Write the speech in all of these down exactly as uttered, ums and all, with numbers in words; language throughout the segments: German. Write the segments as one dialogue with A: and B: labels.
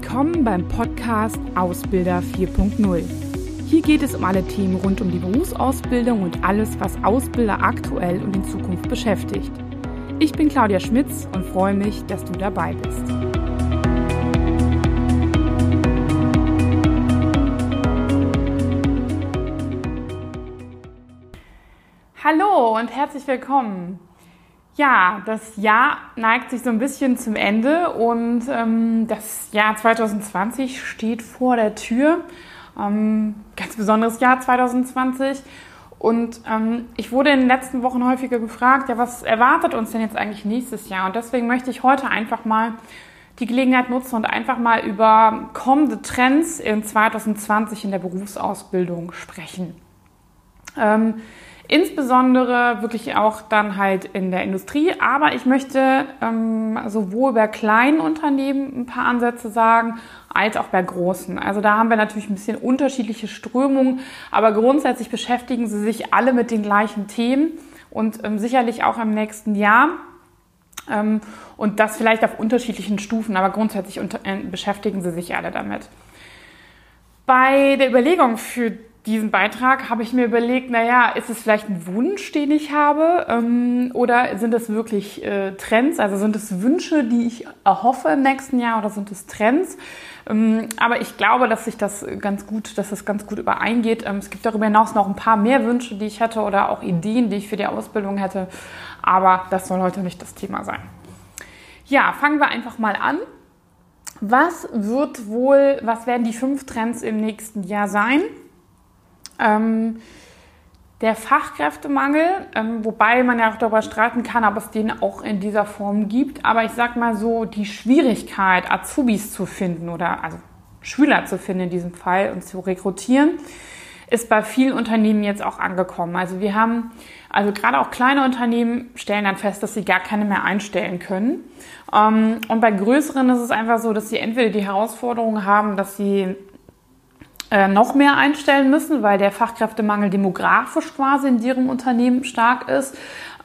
A: Willkommen beim Podcast Ausbilder vier Punkt null. Hier geht es um alle Themen rund um die Berufsausbildung und alles, was Ausbilder aktuell und in Zukunft beschäftigt. Ich bin Claudia Schmitz und freue mich, dass du dabei bist. Hallo und herzlich willkommen. Ja, das Jahr neigt sich so ein bisschen zum Ende und ähm, das Jahr zwanzig zwanzig steht vor der Tür. Ähm, ganz besonderes Jahr zwanzig zwanzig. Und ähm, ich wurde in den letzten Wochen häufiger gefragt, ja, was erwartet uns denn jetzt eigentlich nächstes Jahr? Und deswegen möchte ich heute einfach mal die Gelegenheit nutzen und einfach mal über kommende Trends in zwanzig zwanzig in der Berufsausbildung sprechen. Ähm, Insbesondere wirklich auch dann halt in der Industrie, aber ich möchte ähm, sowohl bei kleinen Unternehmen ein paar Ansätze sagen, als auch bei großen. Also da haben wir natürlich ein bisschen unterschiedliche Strömungen, aber grundsätzlich beschäftigen sie sich alle mit den gleichen Themen und ähm, sicherlich auch im nächsten Jahr ähm, und das vielleicht auf unterschiedlichen Stufen, aber grundsätzlich unter, äh, beschäftigen sie sich alle damit. Bei der Überlegung für diesen Beitrag habe ich mir überlegt, naja, ist es vielleicht ein Wunsch, den ich habe, ähm, oder sind es wirklich äh, Trends, also sind es Wünsche, die ich erhoffe im nächsten Jahr, oder sind es Trends? Ähm, aber ich glaube, dass sich das ganz gut, dass das ganz gut übereingeht. Ähm, es gibt darüber hinaus noch ein paar mehr Wünsche, die ich hätte, oder auch Ideen, die ich für die Ausbildung hätte, aber das soll heute nicht das Thema sein. Ja, fangen wir einfach mal an. Was wird wohl, was werden die fünf Trends im nächsten Jahr sein? Ähm, der Fachkräftemangel, ähm, wobei man ja auch darüber streiten kann, ob es den auch in dieser Form gibt. Aber ich sag mal so, die Schwierigkeit, Azubis zu finden oder also Schüler zu finden in diesem Fall und zu rekrutieren, ist bei vielen Unternehmen jetzt auch angekommen. Also wir haben, also gerade auch kleine Unternehmen stellen dann fest, dass sie gar keine mehr einstellen können. Ähm, und bei größeren ist es einfach so, dass sie entweder die Herausforderung haben, dass sie noch mehr einstellen müssen, weil der Fachkräftemangel demografisch quasi in ihrem Unternehmen stark ist.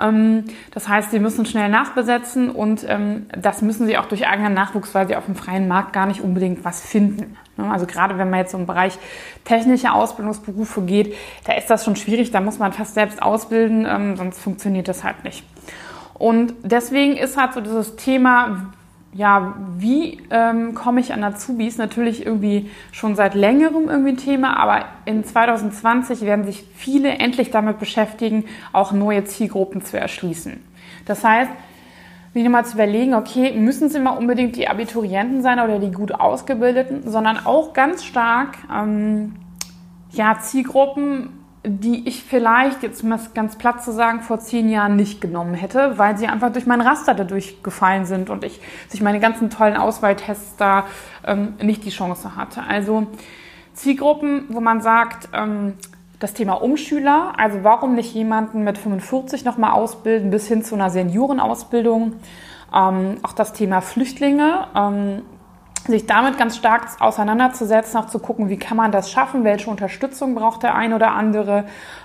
A: Das heißt, sie müssen schnell nachbesetzen und das müssen sie auch durch eigenen Nachwuchs, weil sie auf dem freien Markt gar nicht unbedingt was finden. Also gerade wenn man jetzt im Bereich technische Ausbildungsberufe geht, da ist das schon schwierig, da muss man fast selbst ausbilden, sonst funktioniert das halt nicht. Und deswegen ist halt so dieses Thema, ja, wie ähm, komme ich an Azubis? Natürlich irgendwie schon seit längerem irgendwie ein Thema, aber in zwanzig zwanzig werden sich viele endlich damit beschäftigen, auch neue Zielgruppen zu erschließen. Das heißt, sich nochmal zu überlegen, okay, müssen es immer unbedingt die Abiturienten sein oder die gut Ausgebildeten, sondern auch ganz stark ähm, ja, Zielgruppen, die ich vielleicht, jetzt um das ganz platt zu sagen, vor zehn Jahren nicht genommen hätte, weil sie einfach durch mein Raster dadurch gefallen sind und ich durch meine ganzen tollen Auswahltests da ähm, nicht die Chance hatte. Also Zielgruppen, wo man sagt, ähm, das Thema Umschüler, also warum nicht jemanden mit fünfundvierzig nochmal ausbilden bis hin zu einer Seniorenausbildung, ähm, auch das Thema Flüchtlinge, ähm, sich damit ganz stark auseinanderzusetzen, auch zu gucken, wie kann man das schaffen, welche Unterstützung braucht der ein oder andere,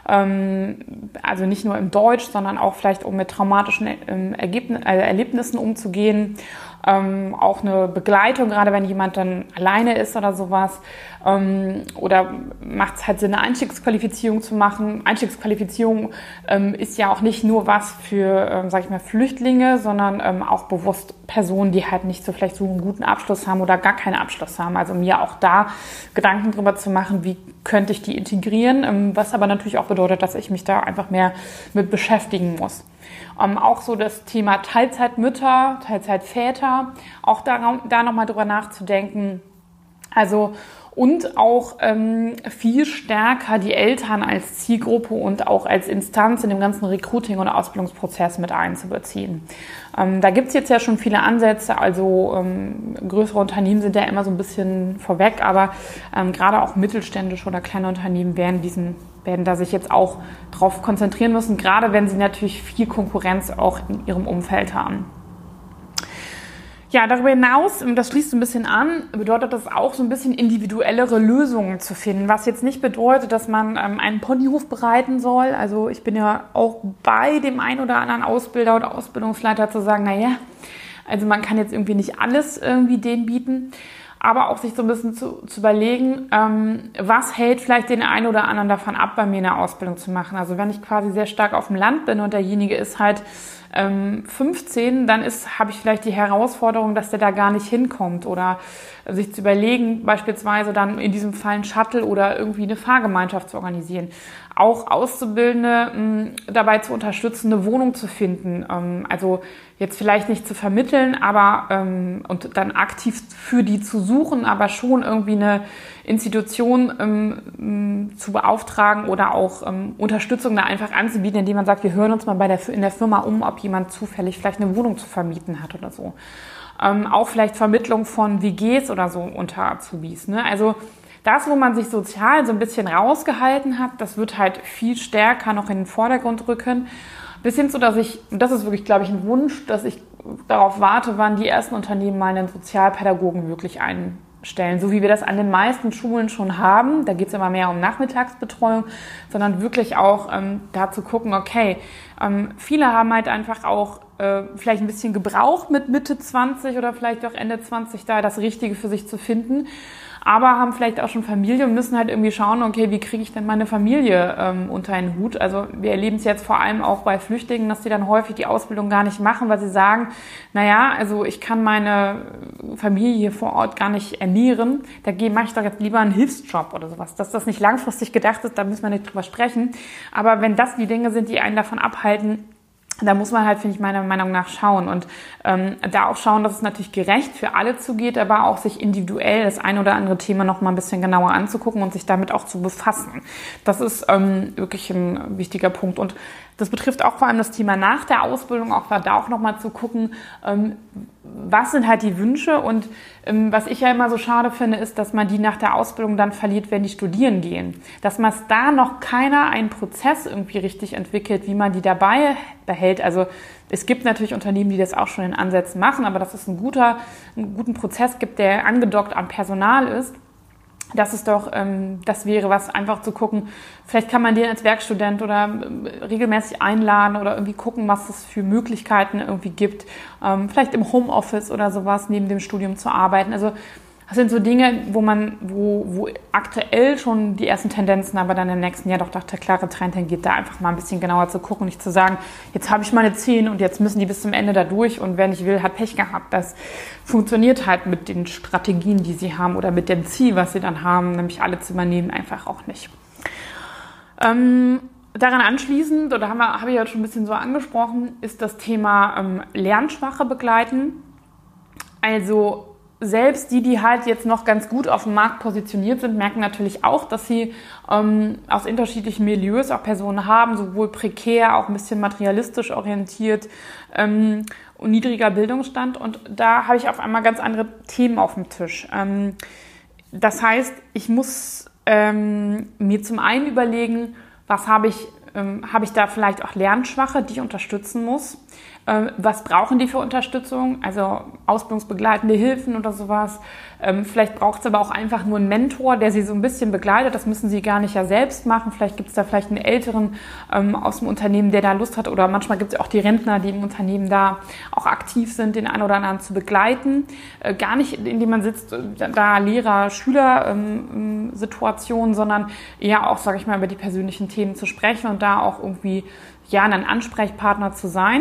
A: ähm, also nicht nur im Deutsch, sondern auch vielleicht, um mit traumatischen ähm, Ergebn- äh, Erlebnissen umzugehen, ähm, auch eine Begleitung, gerade wenn jemand dann alleine ist oder sowas, ähm, oder macht es halt Sinn, eine Einstiegsqualifizierung zu machen. Einstiegsqualifizierung ähm, ist ja auch nicht nur was für, ähm, sag ich mal, Flüchtlinge, sondern ähm, auch bewusst Personen, die halt nicht so vielleicht so einen guten Abschluss haben oder gar keinen Abschluss haben. Also mir auch da Gedanken drüber zu machen, wie könnte ich die integrieren, ähm, was aber natürlich auch bedeutet, dass ich mich da einfach mehr mit beschäftigen muss. Ähm, auch so das Thema Teilzeitmütter, Teilzeitväter, auch da, da nochmal drüber nachzudenken. Also und auch ähm, viel stärker die Eltern als Zielgruppe und auch als Instanz in dem ganzen Recruiting- und Ausbildungsprozess mit einzubeziehen. Ähm, da gibt's jetzt ja schon viele Ansätze, also ähm, größere Unternehmen sind ja immer so ein bisschen vorweg, aber ähm, gerade auch mittelständische oder kleine Unternehmen werden diesen werden da sich jetzt auch drauf konzentrieren müssen, gerade wenn sie natürlich viel Konkurrenz auch in ihrem Umfeld haben. Ja, darüber hinaus, das schließt ein bisschen an, bedeutet das auch so ein bisschen individuellere Lösungen zu finden, was jetzt nicht bedeutet, dass man ähm, einen Ponyhof bereiten soll. Also ich bin ja auch bei dem einen oder anderen Ausbilder oder Ausbildungsleiter zu sagen, naja, also man kann jetzt irgendwie nicht alles irgendwie denen bieten. aber auch sich so ein bisschen zu, zu überlegen, ähm, was hält vielleicht den einen oder anderen davon ab, bei mir eine Ausbildung zu machen. Also wenn ich quasi sehr stark auf dem Land bin und derjenige ist halt ähm, fünfzehn, dann ist, habe ich vielleicht die Herausforderung, dass der da gar nicht hinkommt oder sich zu überlegen, beispielsweise dann in diesem Fall ein Shuttle oder irgendwie eine Fahrgemeinschaft zu organisieren. Auch Auszubildende mh, dabei zu unterstützen, eine Wohnung zu finden. Ähm, also jetzt vielleicht nicht zu vermitteln, aber ähm, und dann aktiv für die zu suchen, aber schon irgendwie eine Institution ähm, zu beauftragen oder auch ähm, Unterstützung da einfach anzubieten, indem man sagt, wir hören uns mal bei der, in der Firma um, ob jemand zufällig vielleicht eine Wohnung zu vermieten hat oder so. Ähm, auch vielleicht Vermittlung von W Gs oder so unter Azubis. Ne? Also das, wo man sich sozial so ein bisschen rausgehalten hat, das wird halt viel stärker noch in den Vordergrund rücken. Bis hin zu, dass ich, das ist wirklich, glaube ich, ein Wunsch, dass ich darauf warte, wann die ersten Unternehmen mal einen Sozialpädagogen wirklich einstellen. So wie wir das an den meisten Schulen schon haben. Da geht es immer mehr um Nachmittagsbetreuung, sondern wirklich auch ähm, da zu gucken, okay, ähm, viele haben halt einfach auch äh, vielleicht ein bisschen gebraucht mit Mitte zwanzig oder vielleicht auch Ende zwanzig da das Richtige für sich zu finden. Aber haben vielleicht auch schon Familie und müssen halt irgendwie schauen, okay, wie kriege ich denn meine Familie ähm, unter einen Hut? Also wir erleben es jetzt vor allem auch bei Flüchtlingen, dass die dann häufig die Ausbildung gar nicht machen, weil sie sagen, naja, also ich kann meine Familie hier vor Ort gar nicht ernähren, da mache ich doch jetzt lieber einen Hilfsjob oder sowas. Dass das nicht langfristig gedacht ist, da müssen wir nicht drüber sprechen. Aber wenn das die Dinge sind, die einen davon abhalten, da muss man halt, finde ich, meiner Meinung nach schauen und ähm, da auch schauen, dass es natürlich gerecht für alle zugeht, aber auch sich individuell das ein oder andere Thema noch mal ein bisschen genauer anzugucken und sich damit auch zu befassen. Das ist ähm, wirklich ein wichtiger Punkt und das betrifft auch vor allem das Thema nach der Ausbildung, auch da auch noch mal zu gucken, ähm, was sind halt die Wünsche und ähm, was ich ja immer so schade finde, ist, dass man die nach der Ausbildung dann verliert, wenn die studieren gehen. Dass man es da noch keiner einen Prozess irgendwie richtig entwickelt, wie man die dabei behält. Also es gibt natürlich Unternehmen, die das auch schon in Ansätzen machen, aber dass es ein guter, einen guten Prozess gibt, der angedockt am Personal ist. Das ist doch, ähm, das wäre was, einfach zu gucken, vielleicht kann man den als Werkstudent oder äh, regelmäßig einladen oder irgendwie gucken, was es für Möglichkeiten irgendwie gibt, ähm, vielleicht im Homeoffice oder sowas neben dem Studium zu arbeiten. Also das sind so Dinge, wo man, wo, wo aktuell schon die ersten Tendenzen, aber dann im nächsten Jahr doch, doch der klare Trend hingeht, da einfach mal ein bisschen genauer zu gucken, nicht zu sagen, jetzt habe ich meine zehn und jetzt müssen die bis zum Ende da durch und wer nicht will, hat Pech gehabt. Das funktioniert halt mit den Strategien, die sie haben oder mit dem Ziel, was sie dann haben, nämlich alle zu übernehmen, einfach auch nicht. Ähm, daran anschließend, oder haben wir, habe ich ja schon ein bisschen so angesprochen, ist das Thema ähm, Lernschwache begleiten. Also selbst die, die halt jetzt noch ganz gut auf dem Markt positioniert sind, merken natürlich auch, dass sie ähm, aus unterschiedlichen Milieus auch Personen haben, sowohl prekär, auch ein bisschen materialistisch orientiert ähm, und niedriger Bildungsstand. Und da habe ich auf einmal ganz andere Themen auf dem Tisch. Ähm, das heißt, ich muss ähm, mir zum einen überlegen, was habe ich, ähm, habe ich da vielleicht auch Lernschwache, die ich unterstützen muss. Was brauchen die für Unterstützung? Also ausbildungsbegleitende Hilfen oder sowas. Vielleicht braucht es aber auch einfach nur einen Mentor, der sie so ein bisschen begleitet. Das müssen sie gar nicht ja selbst machen. Vielleicht gibt es da vielleicht einen Älteren ähm, aus dem Unternehmen, der da Lust hat. Oder manchmal gibt es auch die Rentner, die im Unternehmen da auch aktiv sind, den einen oder anderen zu begleiten. Äh, gar nicht, indem man sitzt, da Lehrer-Schüler-Situationen, ähm, sondern eher auch, sage ich mal, über die persönlichen Themen zu sprechen und da auch irgendwie ja ein Ansprechpartner zu sein.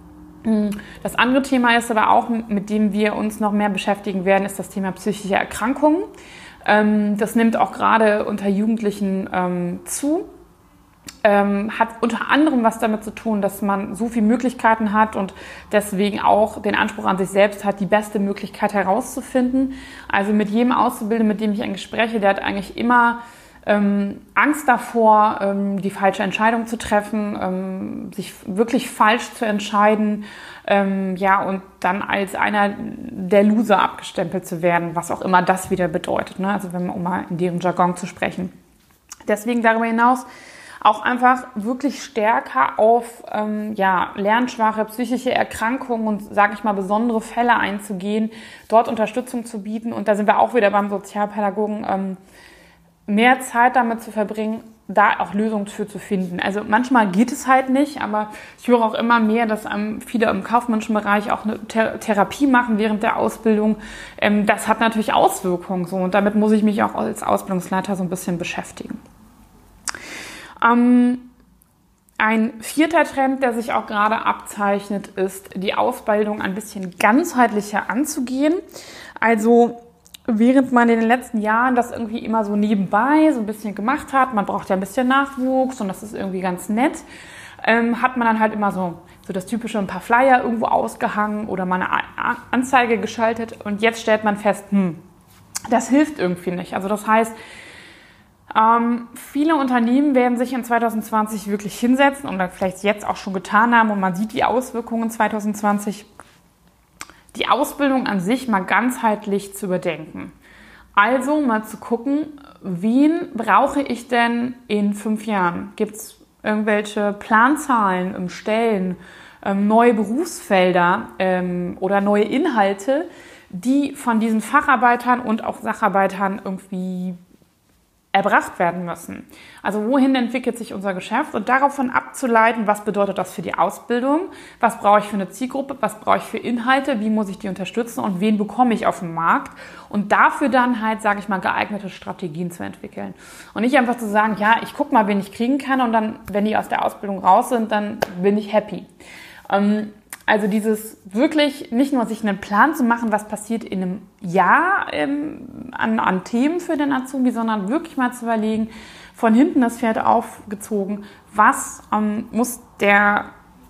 A: Das andere Thema ist aber auch, mit dem wir uns noch mehr beschäftigen werden, ist das Thema psychische Erkrankungen. Das nimmt auch gerade unter Jugendlichen zu. Hat unter anderem was damit zu tun, dass man so viele Möglichkeiten hat und deswegen auch den Anspruch an sich selbst hat, die beste Möglichkeit herauszufinden. Also mit jedem Auszubildenden, mit dem ich eigentlich spreche, der hat eigentlich immer Ähm, Angst davor, ähm, die falsche Entscheidung zu treffen, ähm, sich wirklich falsch zu entscheiden, ähm, ja, und dann als einer der Loser abgestempelt zu werden, was auch immer das wieder bedeutet, ne? Also wenn man, um mal in deren Jargon zu sprechen. Deswegen darüber hinaus auch einfach wirklich stärker auf ähm, ja, lernschwache psychische Erkrankungen und, sage ich mal, besondere Fälle einzugehen, dort Unterstützung zu bieten. Und da sind wir auch wieder beim Sozialpädagogen, ähm, mehr Zeit damit zu verbringen, da auch Lösungen für zu finden. Also manchmal geht es halt nicht, aber ich höre auch immer mehr, dass ähm, viele im kaufmännischen Bereich auch eine Ther- Therapie machen während der Ausbildung. Ähm, das hat natürlich Auswirkungen so und damit muss ich mich auch als Ausbildungsleiter so ein bisschen beschäftigen. Ähm, Ein vierter Trend, der sich auch gerade abzeichnet, ist, die Ausbildung ein bisschen ganzheitlicher anzugehen. Also während man in den letzten Jahren das irgendwie immer so nebenbei so ein bisschen gemacht hat, man braucht ja ein bisschen Nachwuchs und das ist irgendwie ganz nett, ähm, hat man dann halt immer so, so das typische ein paar Flyer irgendwo ausgehangen oder mal eine A- Anzeige geschaltet und jetzt stellt man fest, hm, das hilft irgendwie nicht. Also das heißt, Ähm, viele Unternehmen werden sich in zwanzig zwanzig wirklich hinsetzen und vielleicht jetzt auch schon getan haben und man sieht die Auswirkungen zwanzig zwanzig, die Ausbildung an sich mal ganzheitlich zu überdenken. Also mal zu gucken, wen brauche ich denn in fünf Jahren? Gibt es irgendwelche Planzahlen im Stellen, ähm, neue Berufsfelder ähm, oder neue Inhalte, die von diesen Facharbeitern und auch Sacharbeitern irgendwie erbracht werden müssen. Also wohin entwickelt sich unser Geschäft und davon abzuleiten, was bedeutet das für die Ausbildung, was brauche ich für eine Zielgruppe, was brauche ich für Inhalte, wie muss ich die unterstützen und wen bekomme ich auf dem Markt und dafür dann halt, sage ich mal, geeignete Strategien zu entwickeln. Und nicht einfach zu sagen, ja, ich gucke mal, wen ich kriegen kann und dann, wenn die aus der Ausbildung raus sind, dann bin ich happy. Ähm, Also dieses wirklich nicht nur sich einen Plan zu machen, was passiert in einem Jahr ähm, an, an Themen für den Azubi, sondern wirklich mal zu überlegen, von hinten das Pferd aufgezogen, was ähm, muss der,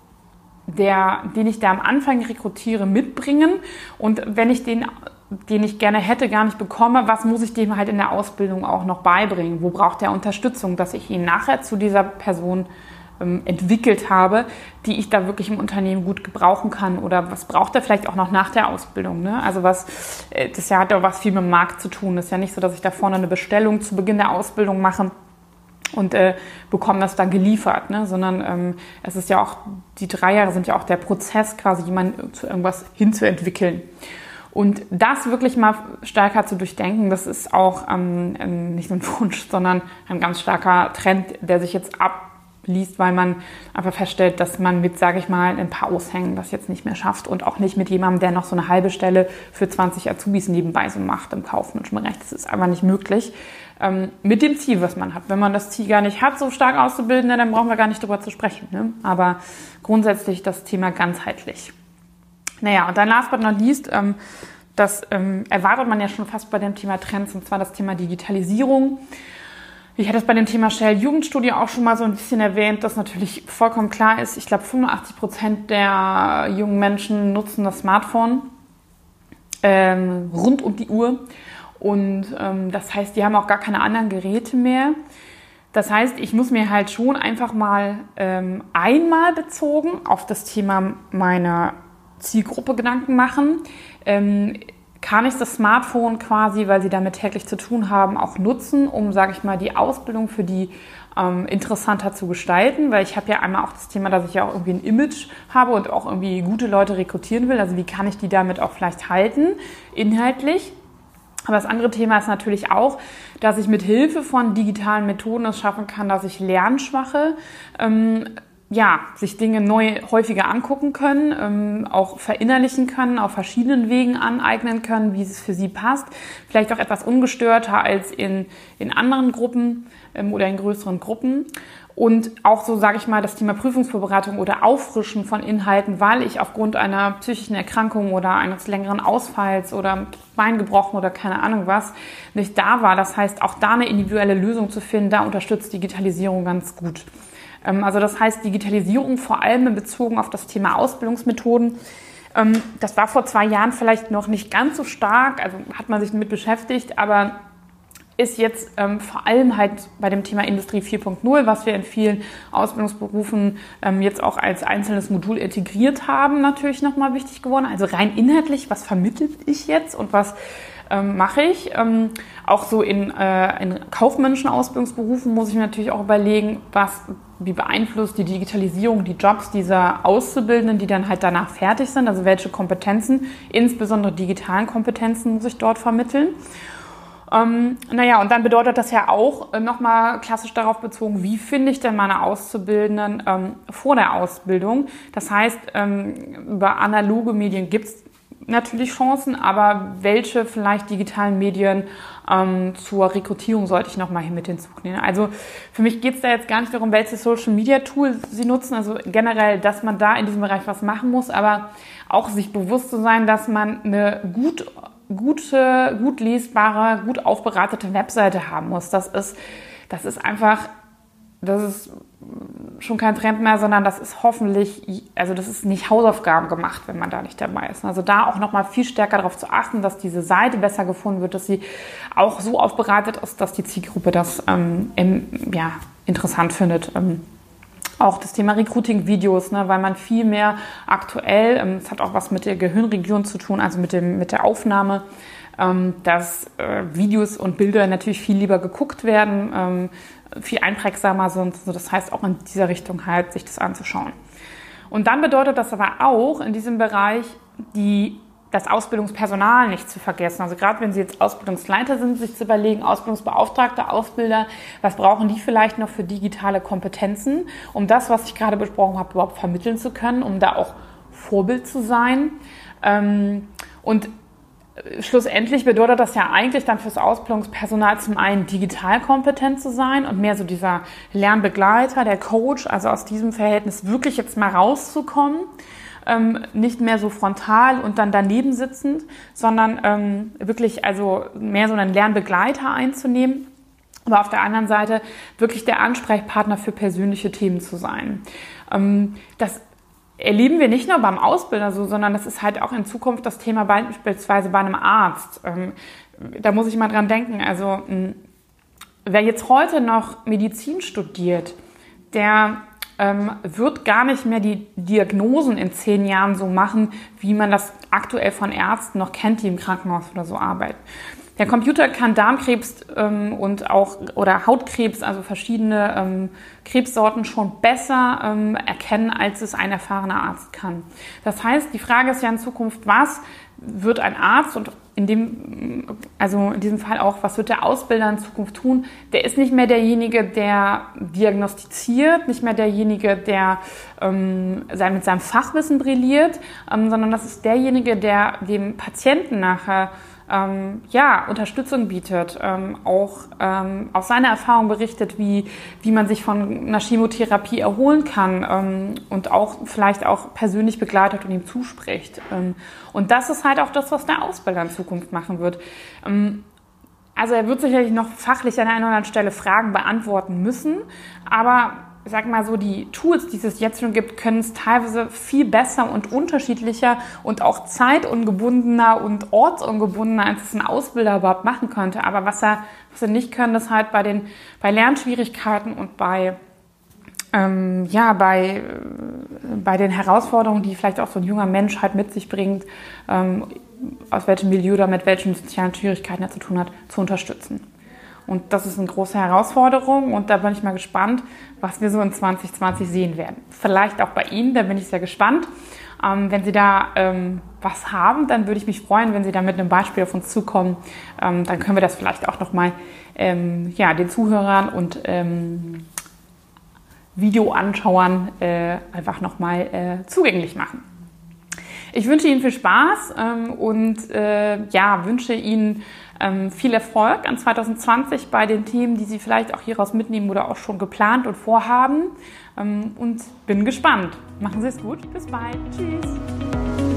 A: der, den ich da am Anfang rekrutiere, mitbringen und wenn ich den, den ich gerne hätte, gar nicht bekomme, was muss ich dem halt in der Ausbildung auch noch beibringen? Wo braucht er Unterstützung, dass ich ihn nachher zu dieser Person entwickelt habe, die ich da wirklich im Unternehmen gut gebrauchen kann oder was braucht er vielleicht auch noch nach der Ausbildung, ne? Also was, das ja hat ja was viel mit dem Markt zu tun. Das ist ja nicht so, dass ich da vorne eine Bestellung zu Beginn der Ausbildung mache und äh, bekomme das dann geliefert, ne? Sondern ähm, es ist ja auch, die drei Jahre sind ja auch der Prozess, quasi jemanden zu irgendwas hinzuentwickeln. Und das wirklich mal stärker zu durchdenken, das ist auch ähm, nicht nur ein Wunsch, sondern ein ganz starker Trend, der sich jetzt ab liest, weil man einfach feststellt, dass man mit, sage ich mal, ein paar Aushängen das jetzt nicht mehr schafft und auch nicht mit jemandem, der noch so eine halbe Stelle für zwanzig Azubis nebenbei so macht im kaufmännischen Bereich. Das ist einfach nicht möglich ähm, mit dem Ziel, was man hat. Wenn man das Ziel gar nicht hat, so stark auszubilden, dann brauchen wir gar nicht darüber zu sprechen, ne? Aber grundsätzlich das Thema ganzheitlich. Naja, und dann last but not least, ähm, das ähm, erwartet man ja schon fast bei dem Thema Trends, und zwar das Thema Digitalisierung. Ich hatte es bei dem Thema Shell Jugendstudie auch schon mal so ein bisschen erwähnt, dass natürlich vollkommen klar ist, ich glaube fünfundachtzig Prozent der jungen Menschen nutzen das Smartphone ähm, rund um die Uhr und ähm, das heißt, die haben auch gar keine anderen Geräte mehr. Das heißt, ich muss mir halt schon einfach mal ähm, einmal bezogen auf das Thema meiner Zielgruppe Gedanken machen. Ähm, Kann ich das Smartphone quasi, weil sie damit täglich zu tun haben, auch nutzen, um, sage ich mal, die Ausbildung für die ähm, interessanter zu gestalten? Weil ich habe ja einmal auch das Thema, dass ich ja auch irgendwie ein Image habe und auch irgendwie gute Leute rekrutieren will. Also wie kann ich die damit auch vielleicht halten, inhaltlich? Aber das andere Thema ist natürlich auch, dass ich mit Hilfe von digitalen Methoden es schaffen kann, dass ich Lernschwache ähm, ja, sich Dinge neu häufiger angucken können, ähm, auch verinnerlichen können, auf verschiedenen Wegen aneignen können, wie es für sie passt. Vielleicht auch etwas ungestörter als in, in anderen Gruppen ähm, oder in größeren Gruppen. Und auch so, sage ich mal, das Thema Prüfungsvorbereitung oder Auffrischen von Inhalten, weil ich aufgrund einer psychischen Erkrankung oder eines längeren Ausfalls oder Bein gebrochen oder keine Ahnung was nicht da war. Das heißt, auch da eine individuelle Lösung zu finden, da unterstützt Digitalisierung ganz gut. Also das heißt, Digitalisierung vor allem in Bezug auf das Thema Ausbildungsmethoden, das war vor zwei Jahren vielleicht noch nicht ganz so stark, also hat man sich damit beschäftigt, aber ist jetzt ähm, vor allem halt bei dem Thema Industrie vier Punkt null, was wir in vielen Ausbildungsberufen ähm, jetzt auch als einzelnes Modul integriert haben, natürlich nochmal wichtig geworden. Also rein inhaltlich, was vermittle ich jetzt und was ähm, mache ich? Ähm, auch so in, äh, in kaufmännischen Ausbildungsberufen muss ich mir natürlich auch überlegen, was, wie beeinflusst die Digitalisierung die Jobs dieser Auszubildenden, die dann halt danach fertig sind, also welche Kompetenzen, insbesondere digitalen Kompetenzen, muss ich dort vermitteln. Ähm, naja, und dann bedeutet das ja auch äh, nochmal klassisch darauf bezogen, wie finde ich denn meine Auszubildenden ähm, vor der Ausbildung. Das heißt, ähm, über analoge Medien gibt es natürlich Chancen, aber welche vielleicht digitalen Medien ähm, zur Rekrutierung sollte ich nochmal mit hinzunehmen? Also für mich geht es da jetzt gar nicht darum, welche Social-Media-Tool Sie nutzen, also generell, dass man da in diesem Bereich was machen muss, aber auch sich bewusst zu sein, dass man eine gut gute, gut lesbare, gut aufbereitete Webseite haben muss. Das ist, das ist einfach, das ist schon kein Trend mehr, sondern das ist hoffentlich, also das ist nicht Hausaufgaben gemacht, wenn man da nicht dabei ist. Also da auch nochmal viel stärker darauf zu achten, dass diese Seite besser gefunden wird, dass sie auch so aufbereitet ist, dass die Zielgruppe das ähm, im, ja, interessant findet. Ähm, Auch das Thema Recruiting-Videos, ne, weil man viel mehr aktuell, ähm, das hat auch was mit der Gehirnregion zu tun, also mit dem mit der Aufnahme, ähm, dass äh, Videos und Bilder natürlich viel lieber geguckt werden, ähm, viel einprägsamer sind. Also das heißt auch in dieser Richtung halt, sich das anzuschauen. Und dann bedeutet das aber auch in diesem Bereich die das Ausbildungspersonal nicht zu vergessen. Also gerade wenn Sie jetzt Ausbildungsleiter sind, sich zu überlegen, Ausbildungsbeauftragte, Ausbilder, was brauchen die vielleicht noch für digitale Kompetenzen, um das, was ich gerade besprochen habe, überhaupt vermitteln zu können, um da auch Vorbild zu sein. Und schlussendlich bedeutet das ja eigentlich dann fürs Ausbildungspersonal zum einen digital kompetent zu sein und mehr so dieser Lernbegleiter, der Coach, also aus diesem Verhältnis wirklich jetzt mal rauszukommen. Ähm, nicht mehr so frontal und dann daneben sitzend, sondern ähm, wirklich also mehr so einen Lernbegleiter einzunehmen, aber auf der anderen Seite wirklich der Ansprechpartner für persönliche Themen zu sein. Ähm, das erleben wir nicht nur beim Ausbilder so, sondern das ist halt auch in Zukunft das Thema beispielsweise bei einem Arzt. Ähm, da muss ich mal dran denken, also mh, wer jetzt heute noch Medizin studiert, der Ähm, wird gar nicht mehr die Diagnosen in zehn Jahren so machen, wie man das aktuell von Ärzten noch kennt, die im Krankenhaus oder so arbeiten. Der Computer kann Darmkrebs ähm, und auch oder Hautkrebs, also verschiedene ähm, Krebssorten schon besser ähm, erkennen, als es ein erfahrener Arzt kann. Das heißt, die Frage ist ja in Zukunft, was wird ein Arzt und in dem, also in diesem Fall auch, was wird der Ausbilder in Zukunft tun? Der ist nicht mehr derjenige, der diagnostiziert, nicht mehr derjenige, der ähm, sein, mit seinem Fachwissen brilliert, ähm, sondern das ist derjenige, der dem Patienten nachher ähm, ja, Unterstützung bietet, ähm, auch ähm, aus seiner Erfahrung berichtet, wie, wie man sich von einer Chemotherapie erholen kann ähm, und auch vielleicht auch persönlich begleitet und ihm zuspricht. Ähm, und das ist halt auch das, was der Ausbilder in Zukunft machen wird. Ähm, also er wird sicherlich noch fachlich an einer oder anderen Stelle Fragen beantworten müssen, aber ich sag mal so, die Tools, die es jetzt schon gibt, können es teilweise viel besser und unterschiedlicher und auch zeitungebundener und ortsungebundener, als es ein Ausbilder überhaupt machen könnte. Aber was er, was er nicht können, ist halt bei den, bei Lernschwierigkeiten und bei, ähm, ja, bei, bei den Herausforderungen, die vielleicht auch so ein junger Mensch halt mit sich bringt, ähm, aus welchem Milieu oder mit welchen sozialen Schwierigkeiten er zu tun hat, zu unterstützen. Und das ist eine große Herausforderung und da bin ich mal gespannt, was wir so in zwanzig zwanzig sehen werden. Vielleicht auch bei Ihnen, da bin ich sehr gespannt. Ähm, wenn Sie da ähm, was haben, dann würde ich mich freuen, wenn Sie da mit einem Beispiel auf uns zukommen. Ähm, dann können wir das vielleicht auch nochmal ähm, ja, den Zuhörern und ähm, Videoanschauern äh, einfach nochmal äh, zugänglich machen. Ich wünsche Ihnen viel Spaß ähm, und äh, ja, wünsche Ihnen ähm, viel Erfolg an zwanzig zwanzig bei den Themen, die Sie vielleicht auch hieraus mitnehmen oder auch schon geplant und vorhaben. Ähm, und bin gespannt. Machen Sie es gut. Bis bald. Tschüss.